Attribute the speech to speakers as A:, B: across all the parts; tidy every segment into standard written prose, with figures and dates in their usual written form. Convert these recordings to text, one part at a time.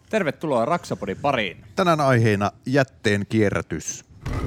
A: Tervetuloa Raksapodin pariin.
B: Tänään aiheena jätteen kierrätys.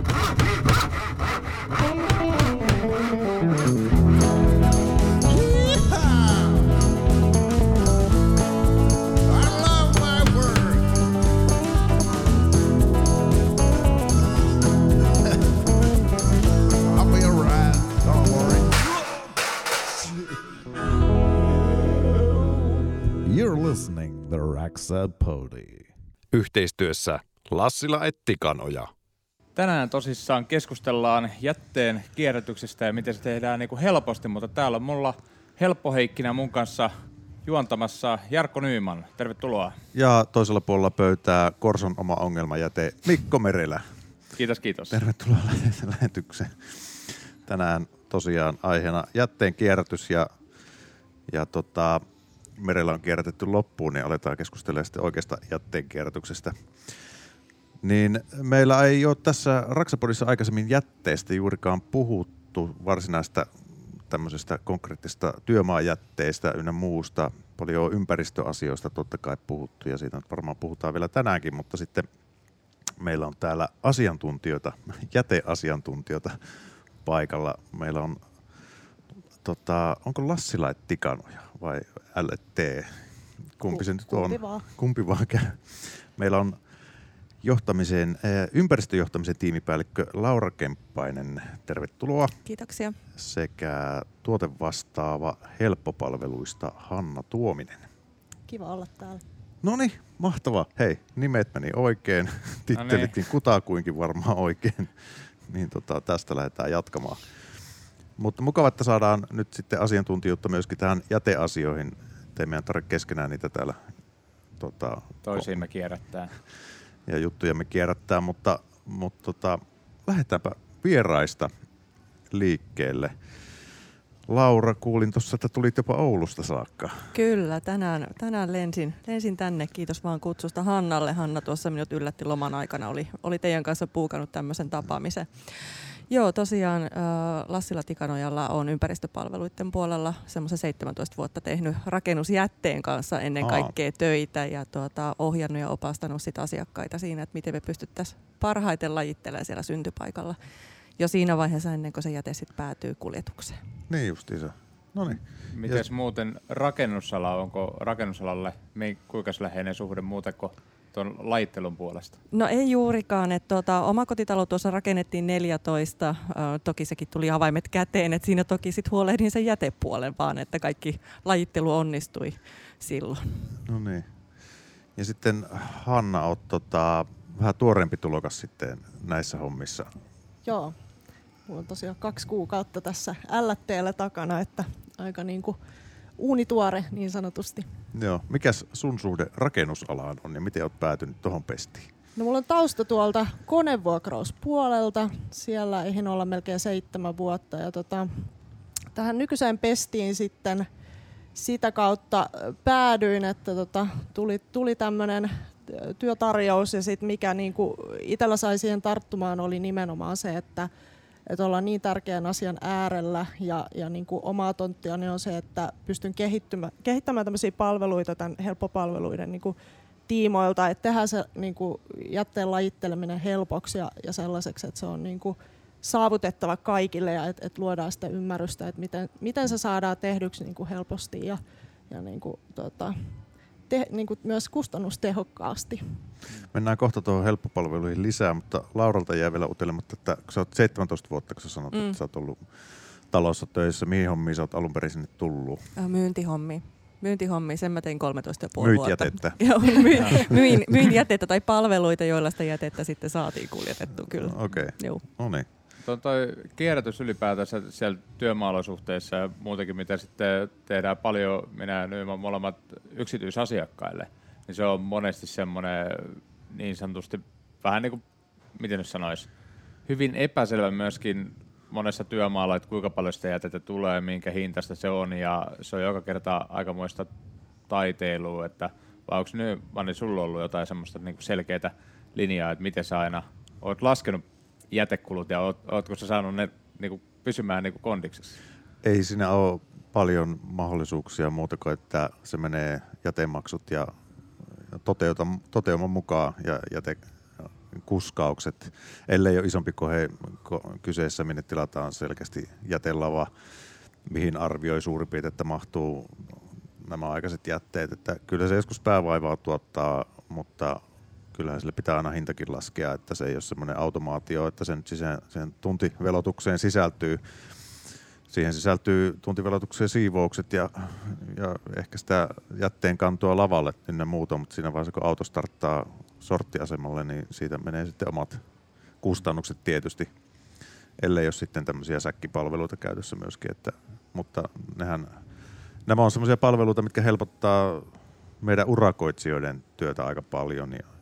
C: You're listening the Raksapodi.
D: Yhteistyössä Lassila & Tikanoja.
A: Tänään tosissaan keskustellaan jätteen kierrätyksestä ja miten se tehdään niin kuin helposti, mutta täällä on mulla Helppo Heikkinä mun kanssa juontamassa Jarkko Nyyman. Tervetuloa.
B: Ja toisella puolella pöytää Korson oma ongelmajäte Mikko Merelä.
A: Kiitos, kiitos.
B: Tervetuloa lähetykseen. Tänään tosiaan aiheena jätteen kierrätys ja Merellä on kierrätetty loppuun, niin aletaan keskustella sitten oikeasta jätteen kierrätyksestä. Niin meillä ei ole tässä Raksapodissa aikaisemmin jätteestä juurikaan puhuttu, varsinaista tämmöisestä konkreettisesta työmaajätteistä ynnä muusta. Paljon ympäristöasioista totta kai puhuttu ja siitä varmaan puhutaan vielä tänäänkin, mutta sitten meillä on täällä asiantuntijoita, jäteasiantuntijoita paikalla. Meillä on, onko Lassila & Tikanoja vai LT? Kumpi se nyt on? Kumpi vaan käy. Meillä on ympäristöjohtamisen tiimipäällikkö Laura Kemppainen, tervetuloa.
E: Kiitoksia.
B: Sekä tuotevastaava Helppopalveluista Hanna Tuominen.
E: Kiva olla täällä.
B: Noniin, mahtavaa. Hei, nimet meni oikein, tittelitkin kutakuinkin varmaan oikein, niin tästä lähdetään jatkamaan. Mutta mukava, että saadaan nyt sitten asiantuntijuutta myöskin tähän jäteasioihin. Ei meidän tarvitse keskenään niitä täällä
A: toisiimme kierrättää.
B: Ja juttujamme kierrättää, mutta lähdetäänpä vieraista liikkeelle. Laura, kuulin tuossa, että tulit jopa Oulusta saakka.
E: Kyllä, tänään lensin tänne. Kiitos vaan kutsusta Hannalle. Hanna tuossa minut yllätti loman aikana. Oli teidän kanssa puukannut tämmöisen tapaamisen. Joo, tosiaan Lassila Tikanojalla on ympäristöpalveluiden puolella semmoisen 17 vuotta tehnyt rakennusjätteen kanssa ennen kaikkea töitä ja ohjannut ja opastanut sit asiakkaita siinä, että miten me pystyttäisiin parhaiten lajittelemaan siellä syntypaikalla jo siinä vaiheessa ennen kuin se jäte sitten päätyy kuljetukseen.
B: Niin justiinsa. Noniin.
A: Mites muuten rakennusala, onko rakennusalalle kuinka läheinen suhde muuten kuin tuon lajittelun puolesta?
E: No ei juurikaan. Omakotitalo tuossa rakennettiin 14. Toki sekin tuli avaimet käteen, että siinä toki sit huolehdin sen jätepuolen vaan, että kaikki lajittelu onnistui silloin.
B: No niin. Ja sitten Hanna, oot vähän tuoreempi tulokas sitten näissä hommissa.
F: Joo. Mulla on tosiaan 2 kuukautta tässä LT:llä takana, että aika niinku uunituore niin sanotusti.
B: Joo. Mikäs sun suhde rakennusalaan on ja miten oot päätynyt tohon pestiin?
F: No mulla on tausta tuolta konevuokrauspuolelta. Siellä eihin olla melkein 7 vuotta. Ja tähän nykyiseen pestiin sitten sitä kautta päädyin, että tuli tämmönen työtarjous ja sit mikä niinku itsellä sai siihen tarttumaan oli nimenomaan se, että ollaan niin tärkeän asian äärellä ja niin kuin omaa tonttiani on se, että pystyn kehittämään tämmöisiä palveluita tämän helppopalveluiden niin kuin tiimoilta, että tehdään se niin kuin jätteen lajitteleminen helpoksi ja sellaiseksi, että se on niin kuin saavutettava kaikille ja että luodaan sitä ymmärrystä, että miten se saadaan tehdyksi niin kuin helposti ja niin kuin, niin kuin myös kustannustehokkaasti.
B: Mennään kohta tuohon helppopalveluihin lisää, mutta Lauralta jäi vielä utelematta, että kun sä oot 17 vuotta, kun sä sanot, että sä oot ollut talossa töissä, mihin hommiin sä oot alun perin sinne tullut?
E: Myyntihommia, sen mä tein 13,5 vuotta.
B: Myit jätettä?
E: Joo, myin jätettä tai palveluita, joilla sitä jätettä sitten saatiin kuljetettua kyllä.
B: Okei, no niin.
A: Toi kierrätys ylipäätänsä siellä työmaalosuhteissa ja muutenkin, mitä sitten tehdään paljon, minä Nyyman molemmat yksityisasiakkaille, niin se on monesti semmoinen niin sanotusti vähän niin kuin, miten nyt sanoisi, hyvin epäselvä myöskin monessa työmaalla, että kuinka paljon sitä jätettä tulee, minkä hintaista se on, ja se on joka kerta aikamoista taiteilua, että vai onko Nyyman, sulla ollut jotain semmoista niin kuin selkeää linjaa, että miten sä aina oot laskenut jätekulut ja ootko sä saanut ne niinku pysymään niinku kondiksessa?
B: Ei siinä ole paljon mahdollisuuksia muuta kuin, että se menee jätemaksut ja toteuman mukaan ja jätekuskaukset, ellei ole isompi kohe kyseessä, minne tilataan selkeästi jätelava, mihin arvioi suurin piirtein, että mahtuu nämä aikaiset jätteet. Että kyllä se joskus päävaivaa tuottaa, mutta kyllähän sille pitää aina hintakin laskea, että se ei ole semmoinen automaatio, että sen tuntivelotukseen siihen sisältyy tuntivelotukseen siivoukset ja ehkä sitä jätteen kantoa lavalle ynnä muuta, mutta siinä vaiheessa kun auto starttaa sorttiasemalle, niin siitä menee sitten omat kustannukset tietysti, ellei ole sitten tämmöisiä säkkipalveluita käytössä myöskin, mutta nämä on semmoisia palveluita, mitkä helpottaa meidän urakoitsijoiden työtä aika paljon ja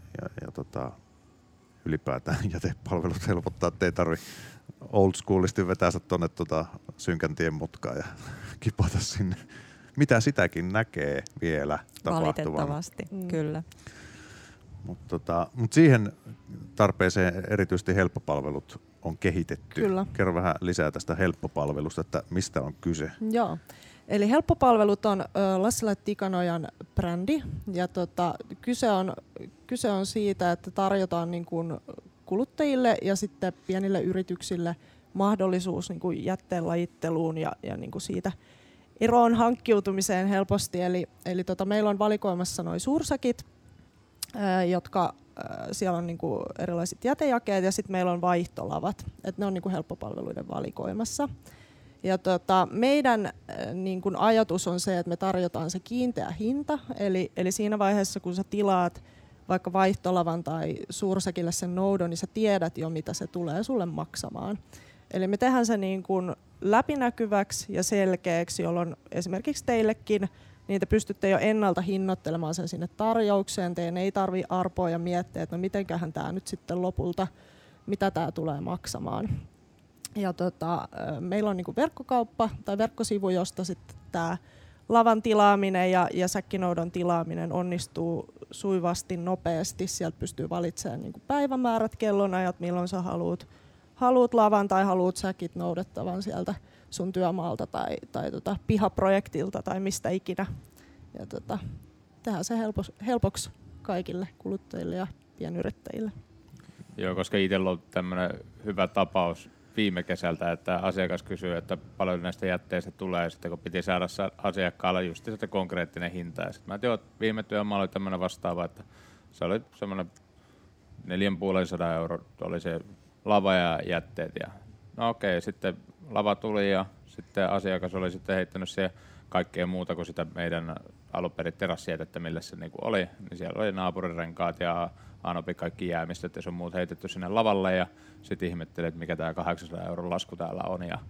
B: ylipäätään jätepalvelut helpottaa, että ei tarvitse old schoolisti vetäänsä tuonne Synkäntien mutkaan ja kipata sinne. Mitä sitäkin näkee vielä tapahtuvan.
E: Valitettavasti, kyllä.
B: Mutta siihen tarpeeseen erityisesti helppopalvelut on kehitetty.
F: Kyllä. Kerro
B: vähän lisää tästä helppopalvelusta, että mistä on kyse.
F: Joo. Eli helppopalvelut on Lassila & Tikanojan brändi ja kyse on siitä, että tarjotaan niin kuin kuluttajille ja sitten pienille yrityksille mahdollisuus niin kuin jätteen lajitteluun ja niin kuin siitä eroon hankkiutumiseen helposti. Eli meillä on valikoimassa nuo suursäkit, jotka siellä on niin kuin erilaiset jätejakeet ja sitten meillä on vaihtolavat, että ne on niin kuin helppopalveluiden valikoimassa. Ja meidän niin kun ajatus on se, että me tarjotaan se kiinteä hinta, eli siinä vaiheessa kun sä tilaat vaikka vaihtolavan tai suursäkille sen noudon, niin sä tiedät jo mitä se tulee sulle maksamaan. Eli me tehdään se niin kun läpinäkyväksi ja selkeäksi, jolloin esimerkiksi teillekin niin te pystytte jo ennalta hinnoittelemaan sen sinne tarjoukseen. Teidän ei tarvitse arpoa ja miettiä, että no mitenköhän tämä nyt sitten lopulta, mitä tämä tulee maksamaan. Ja meillä on niinku verkkokauppa tai verkkosivu, josta sitten tämä lavan tilaaminen ja säkkinoudon tilaaminen onnistuu suivasti, nopeasti. Sieltä pystyy valitsemaan niinku päivämäärät, kellonajat, milloin sä haluat lavan tai haluat säkit noudettavan sieltä sun työmaalta tai pihaprojektilta tai mistä ikinä. Ja tehdään se helpoksi kaikille kuluttajille ja pienyrittäjille.
A: Joo, koska itsellä on tämmöinen hyvä tapaus viime kesältä, että asiakas kysyy, että paljon näistä jätteistä tulee, ja sitten kun piti saada asiakkaalle just sitä konkreettinen hinta. Ja sitten mä ajattelin, että viime työmaalla oli tämmöinen vastaava, että se oli semmoinen 450 € oli se lava ja jätteet. Ja no okei, sitten lava tuli ja sitten asiakas oli sitten heittänyt siihen kaikkea muuta kuin sitä meidän alunperin terassijätettä, millä se niinku oli. Niin siellä oli naapurirenkaat ja Anopi kaikki jäämistöt ja sun muut heitetty sinne lavalle ja sitten ihmettelee, että mikä tämä 800 € lasku täällä on. Ja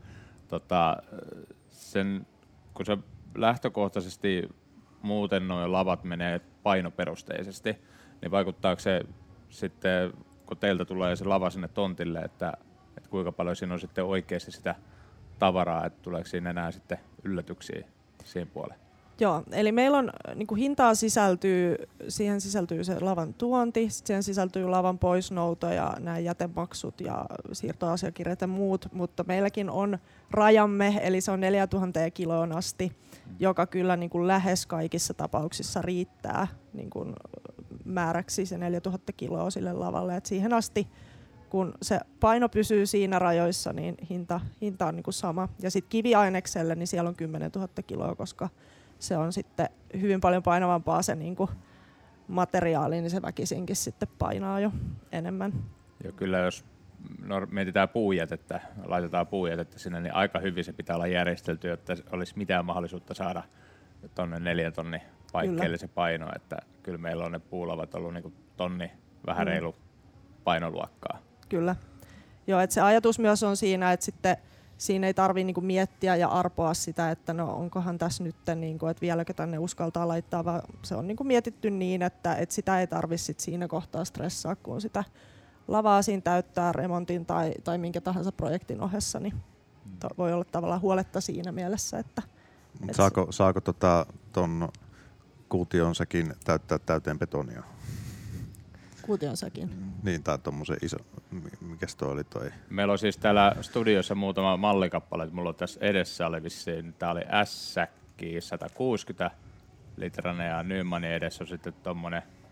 A: kun se lähtökohtaisesti muuten nuo lavat menee painoperusteisesti, niin vaikuttaako se sitten, kun teiltä tulee se lava sinne tontille, että kuinka paljon siinä on sitten oikeasti sitä tavaraa, että tuleeko siinä enää sitten yllätyksiä siihen puoleen?
F: Joo, eli meillä on niin hintaa siihen sisältyy se lavan tuonti, siihen sisältyy lavan poisnouto ja nämä jätemaksut ja siirtoasiakirjat ja muut, mutta meilläkin on rajamme, eli se on 4000 kiloon asti, joka kyllä niin kuin lähes kaikissa tapauksissa riittää niin kuin määräksi se 4000 kiloa sille lavalle, et siihen asti kun se paino pysyy siinä rajoissa, niin hinta on niin kuin sama. Ja sitten kiviainekselle, niin siellä on 10 000 kiloa, koska se on sitten hyvin paljon painavampaa se niin kuin materiaali, niin se väkisinkin sitten painaa jo enemmän.
A: Joo, kyllä jos mietitään puujätettä, laitetaan puujätettä sinne, niin aika hyvin se pitää olla järjestelty, jotta olisi mitään mahdollisuutta saada tonne 4 tonnin paikkeelle se paino. Että kyllä meillä on ne puulavat ollut niin kuin tonni vähän reilu painoluokkaa.
F: Kyllä. Joo, että se ajatus myös on siinä, että sitten siinä ei tarvitse niinku miettiä ja arpoa sitä, että no onkohan tässä nyt, niinku, että vieläkö tänne uskaltaa laittaa, vaan se on niinku mietitty niin, että sitä ei tarvitse siinä kohtaa stressaa, kun sitä lavaa siinä täyttää remontin tai minkä tahansa projektin ohessa, niin voi olla tavallaan huoletta siinä mielessä. Että
B: saako ton kuution säkin täyttää täyteen betonia?
F: Kuutionsäkin.
B: Niin, tai tommosen iso, mikäs toi oli toi?
A: Meillä on siis täällä studiossa muutama mallikappale, että mulla on tässä edessä oli vissiin, tää oli S-säkki 160 litrainen ja Nymanin edessä on sitten tommonen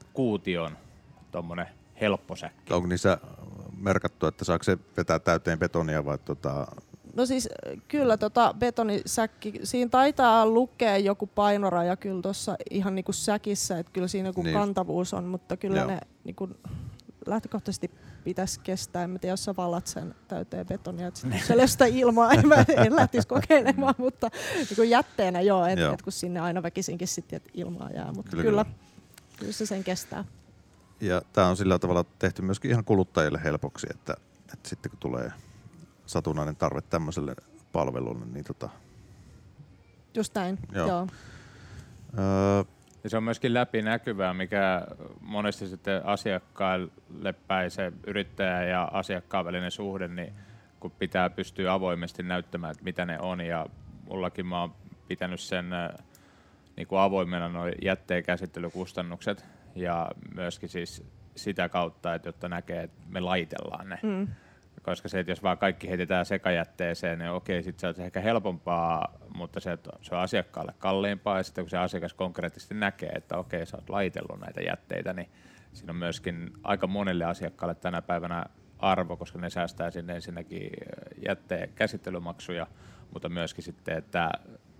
A: kuution tommonen helppo säkki.
B: Onko niissä merkattu, että saako se vetää täyteen betonia vai
F: No siis kyllä betonisäkki, siinä taitaa lukea joku painoraja kyllä tuossa ihan niinku säkissä, että kyllä siinä joku kantavuus on, mutta kyllä ne niinku lähtökohtaisesti pitäisi kestää. En tiedä, jos sä vallat sen täyteen betonia, että se löstä ilmaa, en lähtisi kokeilemaan, mutta niinku jätteenä että kun sinne aina väkisinkin sitten ilmaa jää, mutta kyllä se sen kestää.
B: Ja tämä on sillä tavalla tehty myöskin ihan kuluttajille helpoksi, että sitten kun tulee satunnainen tarve tämmöiselle palvelulle, niin
F: Just näin, joo.
A: Ja se on myöskin läpinäkyvää, mikä monesti sitten asiakkaille päin se yrittäjä ja asiakkaan välinen suhde, niin kun pitää pystyä avoimesti näyttämään, että mitä ne on, ja mullakin mä oon pitänyt sen niin kuin avoimena nuo jätteen käsittelykustannukset, ja myöskin siis sitä kautta, että jotta näkee, että me laitellaan ne. Koska se, että jos vaan kaikki heitetään sekajätteeseen, niin okei, sitten se on ehkä helpompaa, mutta se on asiakkaalle kalliimpaa, ja sitten kun se asiakas konkreettisesti näkee, että okei, sä oot laitellut näitä jätteitä, niin siinä on myöskin aika monelle asiakkaalle tänä päivänä arvo, koska ne säästää sinne ensinnäkin jätteen käsittelymaksuja, mutta myöskin sitten, että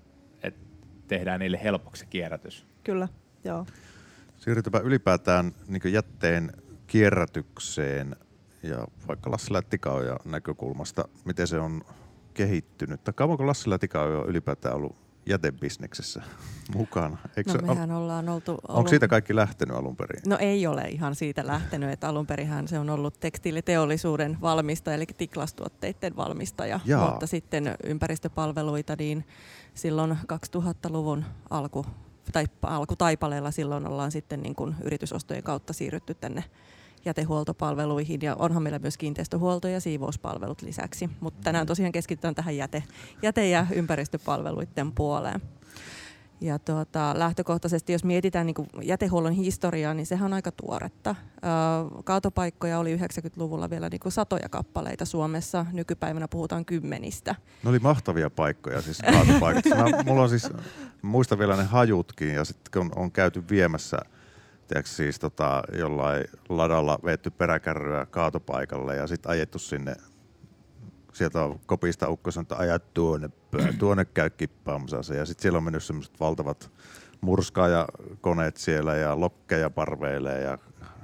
A: tehdään niille helpoksi kierrätys.
F: Kyllä, joo.
B: Siirrytäänpä ylipäätään niin jätteen kierrätykseen ja vaikka Lassila ja Tikaoja näkökulmasta, miten se on kehittynyt. Tai kauanko Lassila ja Tikaoja on ylipäätään ollut jätebisneksessä mukana?
E: Mehän ollaan oltu...
B: Onko siitä kaikki lähtenyt alun perin?
E: No ei ole ihan siitä lähtenyt, että alun perinhän se on ollut tekstiiliteollisuuden valmistaja, eli tiklastuotteiden valmistaja, mutta sitten ympäristöpalveluita, niin silloin 2000-luvun alkutaipaleella silloin ollaan sitten niin kuin yritysostojen kautta siirrytty tänne jätehuoltopalveluihin, ja onhan meillä myös kiinteistöhuolto- ja siivouspalvelut lisäksi, mutta tänään tosiaan keskitytään tähän jäte- ja ympäristöpalveluiden puoleen. Ja lähtökohtaisesti, jos mietitään niin kuin jätehuollon historiaa, niin sehän on aika tuoretta. Kaatopaikkoja oli 90-luvulla vielä niin kuin satoja kappaleita Suomessa, nykypäivänä puhutaan kymmenistä.
B: Ne oli mahtavia paikkoja, siis kaatopaikat. Mulla on siis, muistan vielä ne hajutkin, ja sitten kun on käyty viemässä siis jollain ladalla veetty peräkärryä kaatopaikalle ja sitten ajettu sinne, sieltä on kopista ukko sanonut, että ajat tuonne käy kippaamassa. Ja sitten siellä on mennyt semmoiset valtavat murskaajakoneet siellä ja lokkeja parveilee. Ja,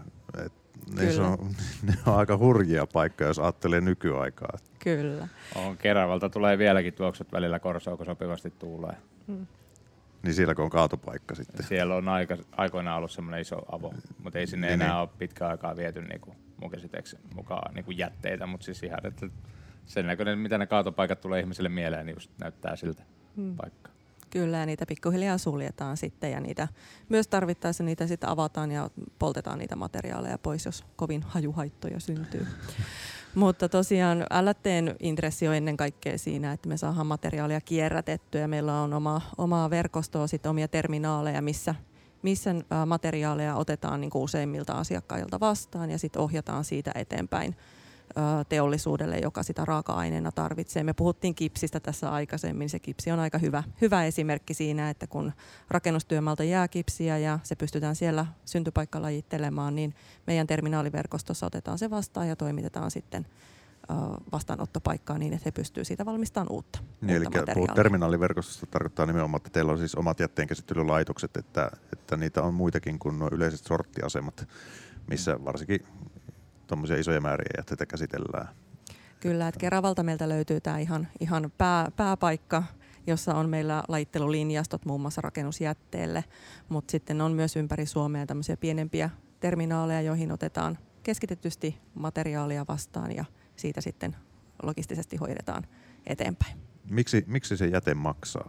B: ne on aika hurjia paikkoja, jos ajattelee nykyaikaa.
E: Kyllä.
A: Keravalta tulee vieläkin tuoksut välillä Korsoon, kun sopivasti tuulee.
B: Niin siellä kun on kaatopaikka sitten.
A: Siellä on aikoinaan ollut semmoinen iso avo, mutta ei sinne enää ole pitkään aikaa viety niinku mun käsiteeksi mukaan niinku jätteitä, mutta siis ihan, että sen näköinen, mitä ne kaatopaikat tulee ihmiselle mieleen, niin just näyttää siltä paikkaa.
E: Kyllä, ja niitä pikkuhiljaa suljetaan sitten, ja niitä myös tarvittaessa niitä sitten avataan ja poltetaan niitä materiaaleja pois, jos kovin hajuhaittoja syntyy. Mutta tosiaan LT:n intressi on ennen kaikkea siinä, että me saadaan materiaalia kierrätettyä, ja meillä on omaa verkostoa, sitten omia terminaaleja, missä materiaaleja otetaan niin kuin useimmilta asiakkailta vastaan, ja sitten ohjataan siitä eteenpäin teollisuudelle, joka sitä raaka-aineena tarvitsee. Me puhuttiin kipsistä tässä aikaisemmin. Se kipsi on aika hyvä esimerkki siinä, että kun rakennustyömaalta jää kipsiä ja se pystytään siellä syntypaikkalajittelemaan, niin meidän terminaaliverkostossa otetaan se vastaan ja toimitetaan sitten vastaanottopaikkaan niin, että he pystyy siitä valmistamaan uutta
B: eli terminaaliverkostosta tarkoittaa nimenomaan, että teillä on siis omat jätteenkäsittelylaitokset, että niitä on muitakin kuin nuo yleiset sorttiasemat, missä varsinkin tuommoisia isoja määriä jätteitä käsitellään.
E: Kyllä, että Keravalta meiltä löytyy tämä ihan pääpaikka, jossa on meillä lajittelulinjastot muun muassa rakennusjätteelle, mutta sitten on myös ympäri Suomea tämmöisiä pienempiä terminaaleja, joihin otetaan keskitetysti materiaalia vastaan ja siitä sitten logistisesti hoidetaan eteenpäin.
B: Miksi se jäte maksaa?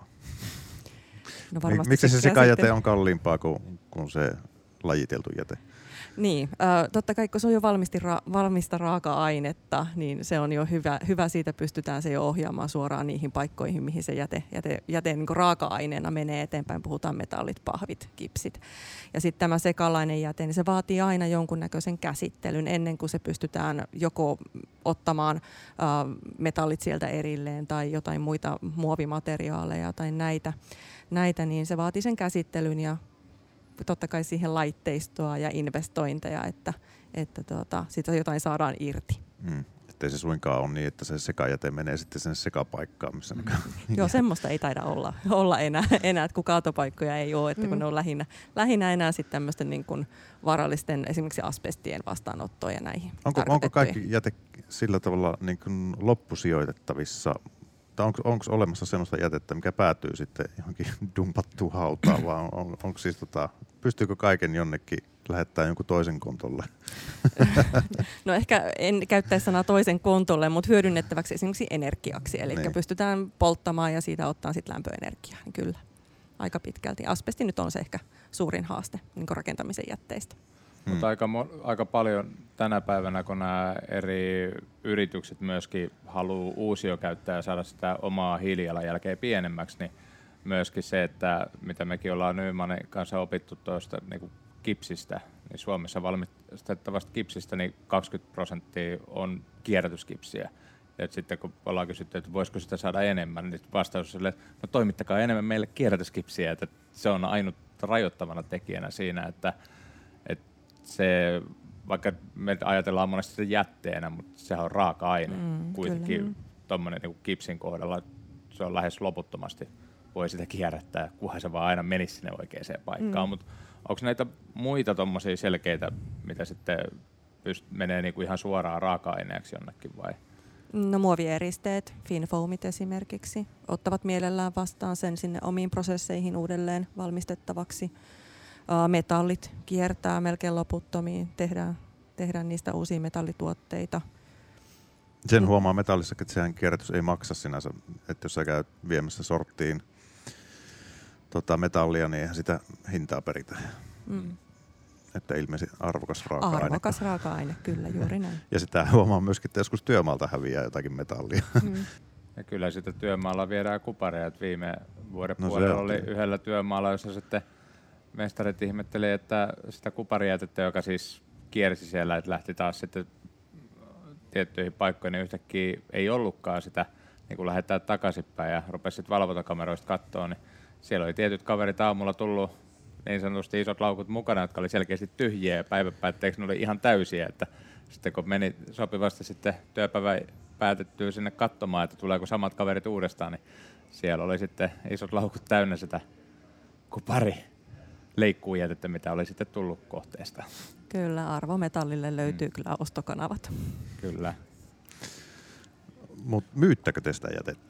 E: No
B: miksi se sekajäte on kalliimpaa kuin se lajiteltu jäte?
E: Niin, totta kai kun se on jo valmista raaka-ainetta, niin se on jo hyvä, siitä pystytään se jo ohjaamaan suoraan niihin paikkoihin, mihin se jäte niin kuin raaka-aineena menee eteenpäin. Puhutaan metallit, pahvit, kipsit. Ja sitten tämä sekalainen jäte, niin se vaatii aina jonkunnäköisen käsittelyn ennen kuin se pystytään joko ottamaan metallit sieltä erilleen tai jotain muita muovimateriaaleja tai näitä, niin se vaatii sen käsittelyn ja totta kai siihen laitteistoa ja investointeja, että siitä jotain saadaan irti.
B: Ettei se suinkaan ole niin, että se sekajäte menee sitten sen sekapaikkaan. Missä
E: Joo, semmoista ei taida olla enää, että kun kaatopaikkoja ei ole, että kun ne on lähinnä enää sitten tämmöisten niin kuin vaarallisten esimerkiksi asbestien vastaanottoja näihin.
B: Onko kaikki jäte sillä tavalla niin kuin loppusijoitettavissa? Tai onko olemassa sellaista jätettä, mikä päätyy sitten johonkin dumpattuun hautaan, vai onko siis pystyykö kaiken jonnekin lähettää jonkun toisen kontolle?
E: No ehkä en käyttäisi sanaa toisen kontolle, mutta hyödynnettäväksi esimerkiksi energiaksi. Eli pystytään polttamaan ja siitä ottaa sitten lämpöenergiaa. Niin kyllä, aika pitkälti. Asbesti nyt on se ehkä suurin haaste niin rakentamisen jätteistä.
A: Mutta aika paljon tänä päivänä, kun nämä eri yritykset myöskin haluaa uusiokäyttää ja saada sitä omaa hiilijalanjälkeä pienemmäksi, niin myöskin se, että mitä mekin ollaan Nymanin kanssa opittu tuosta niin kipsistä, niin Suomessa valmistettavasta kipsistä niin 20% on kierrätyskipsiä. Ja sitten kun ollaan kysytty, että voisiko sitä saada enemmän, niin vastaus on, että no toimittakaa enemmän meille kierrätyskipsiä, että se on ainut rajoittavana tekijänä siinä, että se, vaikka me ajatellaan monesti sitä jätteenä, mutta sehän on raaka-aine. Kuitenkin tuommoinen niin kipsin kohdalla se on lähes loputtomasti. Voi sitä kierrättää, kunhan se vaan aina menisi sinne oikeaan paikkaan. Mutta onko näitä muita tommosia selkeitä, mitä sitten menee niinku ihan suoraan raaka-aineeksi jonnekin vai?
E: No muovieristeet, finfoamit esimerkiksi, ottavat mielellään vastaan sen sinne omiin prosesseihin uudelleen valmistettavaksi. Metallit kiertää melkein loputtomiin, tehdään niistä uusia metallituotteita.
B: Sen huomaa metallissakin, että sehän kierrätys ei maksa sinänsä, että jos sä käyt viemässä sorttiin metallia, niin eihän sitä hintaa peritä. Että ilmeisesti arvokas raaka-aine.
E: Arvokas raaka-aine, kyllä, juuri näin.
B: Ja sitä huomaa myöskin, että joskus työmaalta häviää jotakin metallia.
A: Ja kyllä sitä työmaalla viedään kupareja, että viime vuoden puolella oli yhdellä työmaalla, jossa sitten mestarit ihmetteli, että sitä kuparijätettä, joka siis kiersi siellä, että lähti taas sitten tiettyihin paikkoihin, niin yhtäkkiä ei ollutkaan sitä, niin kun lähdetään takaisinpäin ja rupesi sitten valvontakameroista katsoa, niin siellä oli tietyt kaverit aamulla tullut niin sanotusti isot laukut mukana, jotka oli selkeästi tyhjiä ja päiväpäätteeksi ne oli ihan täysiä, että sitten kun meni sopivasti sitten työpäivä päätettyä sinne katsomaan, että tuleeko samat kaverit uudestaan, niin siellä oli sitten isot laukut täynnä sitä kupari leikkuujätettä, mitä oli sitten tullut kohteesta.
E: Kyllä, arvometallille löytyy kyllä ostokanavat.
A: Kyllä.
B: Mutta myyttäkö te sitä jätettä?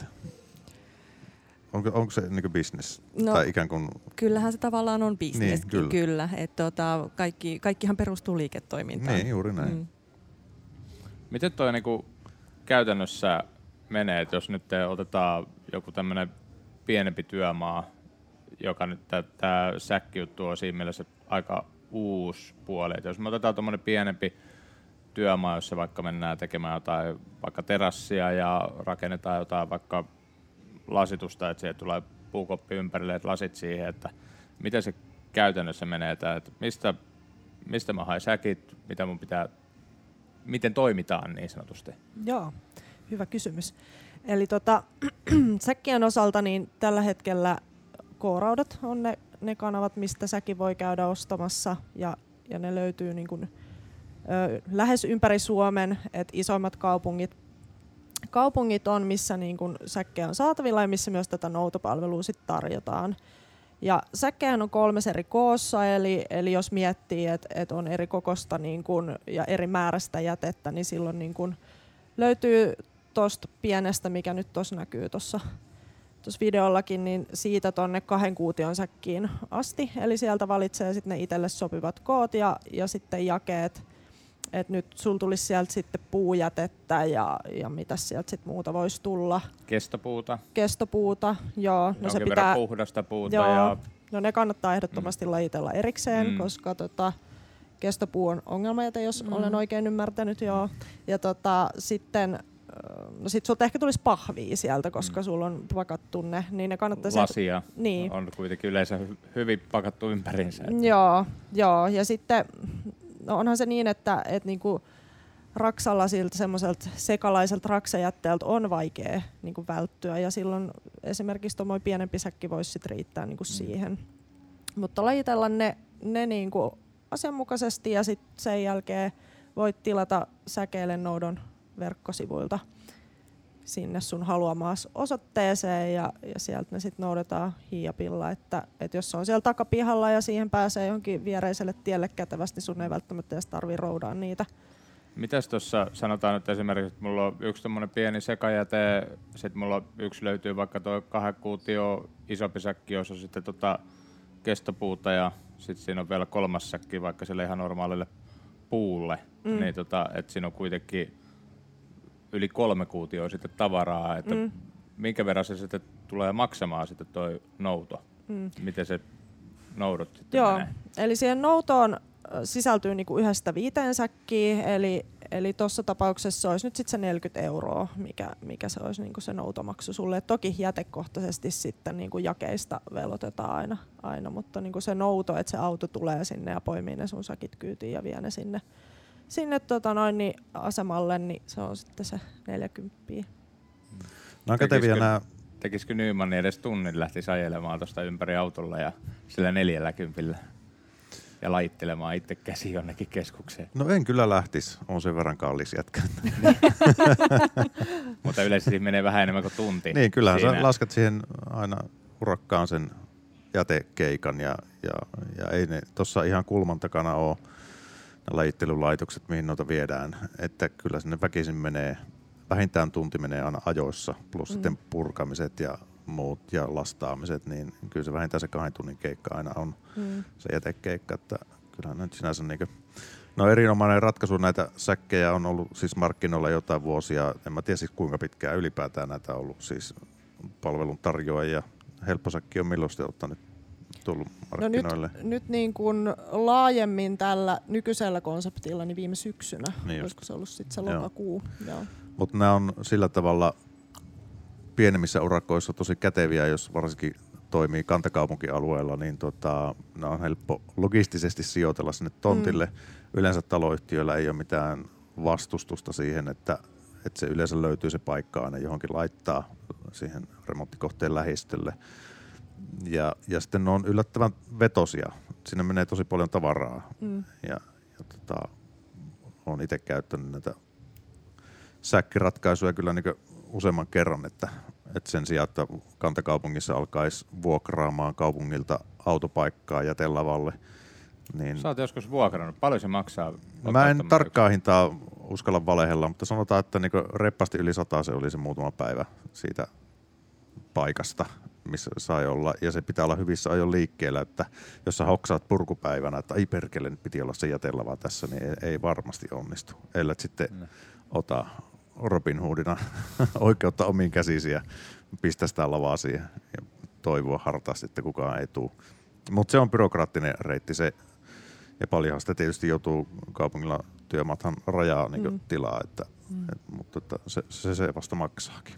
B: Onko se niinku business?
E: No,
B: tai ikään kuin...
E: Kyllähän se tavallaan on businesskin,
B: niin,
E: kyllä. Kaikkihan perustuu liiketoimintaan.
B: Niin, juuri näin.
A: Miten toi niinku käytännössä menee, että jos nyt otetaan joku tämmöinen pienempi työmaa, joka nyt tämä säkkijuttu on siinä mielessä aika uusi puoli. Et jos me otetaan tuommoinen pienempi työmaa, jossa vaikka mennään tekemään jotain vaikka terassia ja rakennetaan jotain vaikka lasitusta, että siihen tulee puukoppi ympärille, että lasit siihen, että miten se käytännössä menee, että mistä mä haen säkit, miten toimitaan niin sanotusti?
F: Joo, hyvä kysymys. Eli säkkien osalta niin tällä hetkellä K-raudat on ne kanavat, mistä säkin voi käydä ostamassa ja ne löytyy niin kuin, lähes ympäri Suomen, että isoimmat kaupungit on, missä niin kuin säkkejä on saatavilla ja missä myös tätä noutopalvelua sit tarjotaan. Ja säkkejä on 3 eri koossa, eli jos miettii, että on eri kokosta niin kun, ja eri määrästä jätettä, niin silloin niin kun löytyy tuosta pienestä, mikä nyt tuossa näkyy tuossa videollakin, niin siitä tuonne 2 kuution säkkiin asti. Eli sieltä valitsee sitten ne itselle sopivat koot ja sitten jakeet. Et nyt sul tulisi sieltä sitten puujätettä ja mitä sieltä sitten muuta voisi tulla. Kestopuuta, joo.
A: No se pitää puhdasta puuta. Joo. Ja...
F: No ne kannattaa ehdottomasti lajitella erikseen, koska kestopuu on ongelmajäte, jos olen oikein ymmärtänyt. Joo. Ja sitten sit sulta ehkä tulisi pahvia sieltä, koska sulla on pakattu ne. Niin ne kannattaa
A: lasia niin. On kuitenkin yleensä hyvin pakattu ympäriinsä.
F: Joo. Ja sitten no onhan se niin, että niinku raksalla siltä semmoiselta sekalaiselta raksajätteeltä on vaikea niinku välttyä ja silloin esimerkiksi tuommoinen pienempi säkki voisi sit riittää niinku siihen. Mutta lajitella ne ne niin kuin asianmukaisesti ja sitten sen jälkeen voit tilata säkeille Noudon verkkosivuilta sinne sun haluamaas osoitteeseen ja sieltä ne sitten noudetaan hiiapilla, että jos se on siellä takapihalla ja siihen pääsee johonkin viereiselle tielle kätevästi, sun ei välttämättä edes tarvii roudaa niitä.
A: Mitäs tuossa sanotaan nyt esimerkiksi, että mulla on yksi tommonen pieni sekajäte, sitten mulla yksi löytyy vaikka tuo 2 kuutio isompi säkki, jossa on sitten kestopuuta ja sitten siinä on vielä 3. säkki vaikka sille ihan normaalille puulle, niin että siinä on kuitenkin yli 3 kuutioa sitten tavaraa, että minkä verran se sitten tulee maksamaan sitten toi nouto, miten se noudot sitten menee?
F: Eli siihen noutoon sisältyy niinku 1-5 säkkiä, eli tuossa tapauksessa se olisi nyt sitten se 40 €, mikä se olisi niinku se noutomaksu sulle. Toki jätekohtaisesti sitten niinku jakeista velotetaan aina, mutta niinku se nouto, että se auto tulee sinne ja poimii ne sun säkit kyytiin ja vie ne sinne niin asemalle, niin se on sitten se 40.
B: Nämä on käteviä nämä.
A: Tekisikö Nyman edes tunnin lähtisi ajelemaan tuosta ympäri autolla ja sillä 40 ja laittelemaan itse käsi jonnekin keskukseen?
B: No en kyllä lähtisi, on sen verran kallis jätkä.
A: Mutta yleensä siinä menee vähän enemmän kuin tunti.
B: Niin, kyllähän sä lasket siihen aina urakkaan sen jätekeikan ja ei ne tuossa ihan kulman takana ole lajittelulaitokset, mihin noita viedään, että kyllä sinne väkisin menee, vähintään tunti menee aina ajoissa, plus sitten purkamiset ja muut ja lastaamiset, niin kyllä se vähintään se 2 tunnin keikka aina on se jätekeikka, että kyllähän nyt sinänsä no erinomainen ratkaisu, näitä säkkejä on ollut siis markkinoilla jotain vuosia, en mä tiedä siis kuinka pitkään ylipäätään näitä on ollut siis palvelun tarjoajia, Helpposäkki on milloin sitten ottanut tullut markkinoille?
F: No nyt niin kuin laajemmin tällä nykyisellä konseptilla niin viime syksynä,
B: niin
F: olisiko se ollut sitten se lokakuu.
B: Mutta nämä on sillä tavalla pienemmissä urakoissa tosi käteviä, jos varsinkin toimii kantakaupunkialueella, niin nämä on helppo logistisesti sijoitella sinne tontille. Yleensä taloyhtiöillä ei ole mitään vastustusta siihen, että se yleensä löytyy se paikka aina johonkin laittaa siihen remonttikohteen lähistölle. Ja sitten ne on yllättävän vetosia. Siinä menee tosi paljon tavaraa. Ja olen itse käyttänyt näitä säkkiratkaisuja kyllä niin useamman kerran, että sen sijaan, että kantakaupungissa alkaisi vuokraamaan kaupungilta autopaikkaa jätelavalle. Niin
A: sä oot joskus vuokrannut. Paljon se maksaa?
B: Mä en tarkkaa hintaa uskalla valehella, mutta sanotaan, että niin reppasti yli 100 se oli se muutama päivä siitä paikasta, missä sai olla. Ja se pitää olla hyvissä ajoin liikkeellä, että jos sä hoksaat purkupäivänä, että ei perkele, nyt piti olla se jätelava tässä, niin ei varmasti onnistu. Ellei sitten ota Robin Hoodina oikeutta omiin käsiisi ja pistä sitä lavaa siihen ja toivoa hartaasti, että kukaan ei tule. Mutta se on byrokraattinen reitti se, ja paljonhan sitä tietysti joutuu kaupungilla työmaathan rajaa niin tilaa, mutta se vasta maksaakin.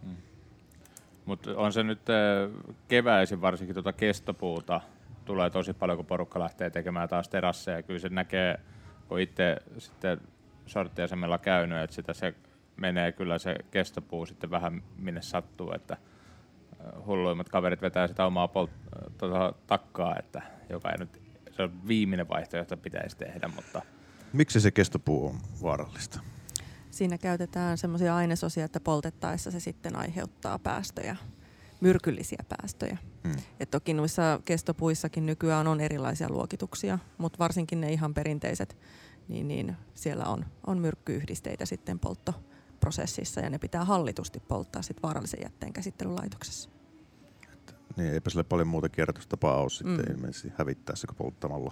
A: Mutta on se nyt keväisin varsinkin kestopuuta tulee tosi paljon, kun porukka lähtee tekemään taas terasseja. Kyllä se näkee, kun itse sitten sorttiasemilla käynyt, että se menee kyllä se kestopuu sitten vähän minne sattuu, että hulluimmat kaverit vetää sitä omaa takkaa, että joka ei nyt, se on viimeinen vaihtoehto pitäisi tehdä, mutta
B: miksi se kestopuu on vaarallista?
E: Siinä käytetään semmoisia ainesosia, että poltettaessa se sitten aiheuttaa päästöjä, myrkyllisiä päästöjä. Et toki noissa kestopuissakin nykyään on erilaisia luokituksia, mutta varsinkin ne ihan perinteiset, niin siellä on myrkkyyhdisteitä sitten polttoprosessissa ja ne pitää hallitusti polttaa sit vaarallisen jätteen käsittelylaitoksessa.
B: Niin, eipä sille paljon muuta kierrätystapaa ole sitten ilmeisesti hävittää se polttamalla.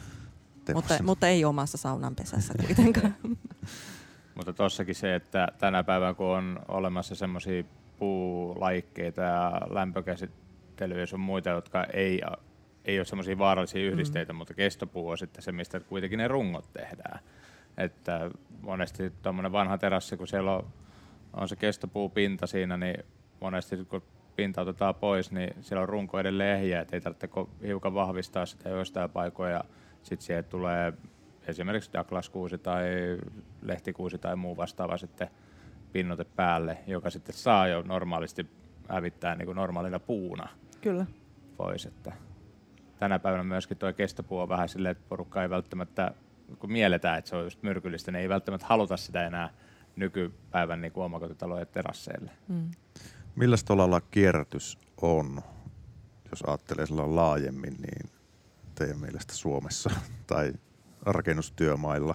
E: Mutta ei omassa saunanpesässä kuitenkaan.
A: Mutta tossakin se, että tänä päivänä kun on olemassa semmoisia puulajikkeita ja lämpökäsittelyjä ja sun muita, jotka ei ole semmoisia vaarallisia yhdisteitä, mutta kestopuu on sitten se, mistä kuitenkin ne rungot tehdään. Että monesti tuommoinen vanha terassi, kun siellä on se kestopuupinta siinä, niin monesti kun pinta otetaan pois, niin siellä on runko edelleen ehjä, että ei tarvitse hiukan vahvistaa sitä joistain paikoja. Sitten siihen tulee esimerkiksi Douglas-kuusi tai lehtikuusi tai muu vastaava sitten pinnoite päälle, joka sitten saa jo normaalisti hävittää niin kuin normaalina puuna
F: Kyllä.
A: pois. Että tänä päivänä myöskin tuo kestopuu on vähän silleen, että porukka ei välttämättä, kun mielletään, että se on just myrkyllistä, niin ei välttämättä haluta sitä enää nykypäivän niin kuin omakotitalojen terasseille.
B: Milläs tolalla kierrätys on, jos ajattelee sillä laajemmin, niin teidän mielestä Suomessa tai rakennustyömailla?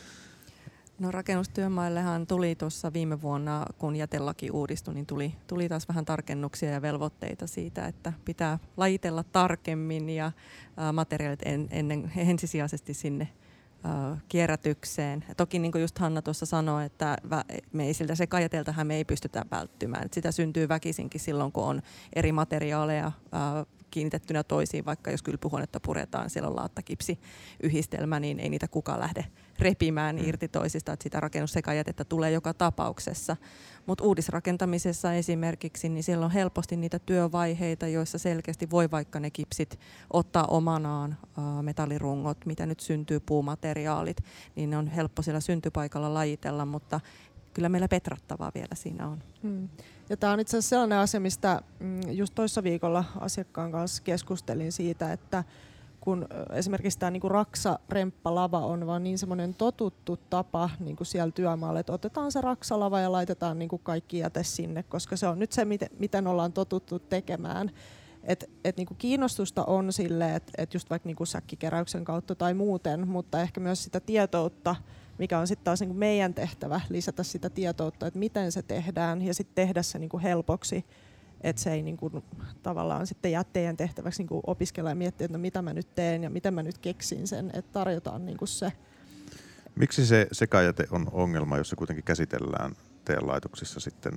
E: No rakennustyömaillehan tuli tuossa viime vuonna, kun jätelaki uudistui, niin tuli taas vähän tarkennuksia ja velvoitteita siitä, että pitää lajitella tarkemmin ja materiaalit ensisijaisesti sinne kierrätykseen. Toki niin kuin just Hanna tuossa sanoi, että me ei siltä sekajäteltähän me ei pystytä välttymään. Et sitä syntyy väkisinkin silloin, kun on eri materiaaleja kiinnitettynä toisiin, vaikka jos kylpyhuonetta puretaan, siellä on laattakipsiyhdistelmä, niin ei niitä kukaan lähde repimään irti toisista, että sitä rakennussekajätettä tulee joka tapauksessa. Mutta uudisrakentamisessa esimerkiksi, niin siellä on helposti niitä työvaiheita, joissa selkeästi voi vaikka ne kipsit ottaa omanaan, metallirungot, mitä nyt syntyy, puumateriaalit, niin ne on helppo siellä syntypaikalla lajitella, mutta kyllä meillä petrattavaa vielä siinä on.
F: Ja tämä on itse asiassa sellainen asia, mistä just toissa viikolla asiakkaan kanssa keskustelin siitä, että kun esimerkiksi tämä niinku raksa-remppalava on vaan niin semmoinen totuttu tapa niinku siellä työmaalla, että otetaan se raksalava ja laitetaan niinku kaikki jäte sinne, koska se on nyt se, miten ollaan totuttu tekemään. Et niinku kiinnostusta on sille, että just vaikka niinku säkkikeräyksen kautta tai muuten, mutta ehkä myös sitä tietoutta, mikä on sitten taas niinku meidän tehtävä lisätä sitä tietoutta, että miten se tehdään ja sitten tehdä se niinku helpoksi, että se ei niinku tavallaan sitten jää teidän tehtäväksi niinku opiskella ja miettiä, että no mitä mä nyt teen ja miten mä nyt keksin sen, että tarjotaan niinku se.
B: Miksi se sekajäte on ongelma, jos se kuitenkin käsitellään teidän laitoksissa sitten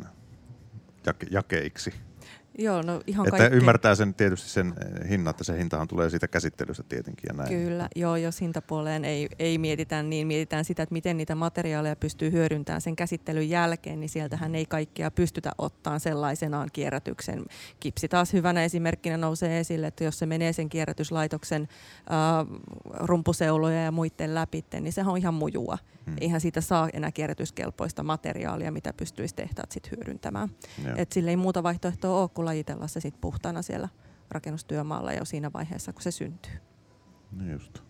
B: jakeiksi?
E: Joo, no ihan
B: että ymmärtää sen tietysti sen hinnan, että se hintahan tulee siitä käsittelystä tietenkin ja näin.
E: Kyllä, joo, jos hintapuoleen ei mietitään, niin mietitään sitä, että miten niitä materiaaleja pystyy hyödyntämään sen käsittelyn jälkeen, niin sieltähän ei kaikkea pystytä ottamaan sellaisenaan kierrätyksen. Kipsi taas hyvänä esimerkkinä nousee esille, että jos se menee sen kierrätyslaitoksen rumpuseuloja ja muiden läpi, niin sehän on ihan mujua. Eihän siitä saa enää kierrätyskelpoista materiaalia, mitä pystyisi tehtaat sit hyödyntämään. Et sille ei muuta vaihtoehtoa ole, kuin lajitella se sit puhtaana siellä rakennustyömaalla jo siinä vaiheessa, kun se syntyy.
B: No just.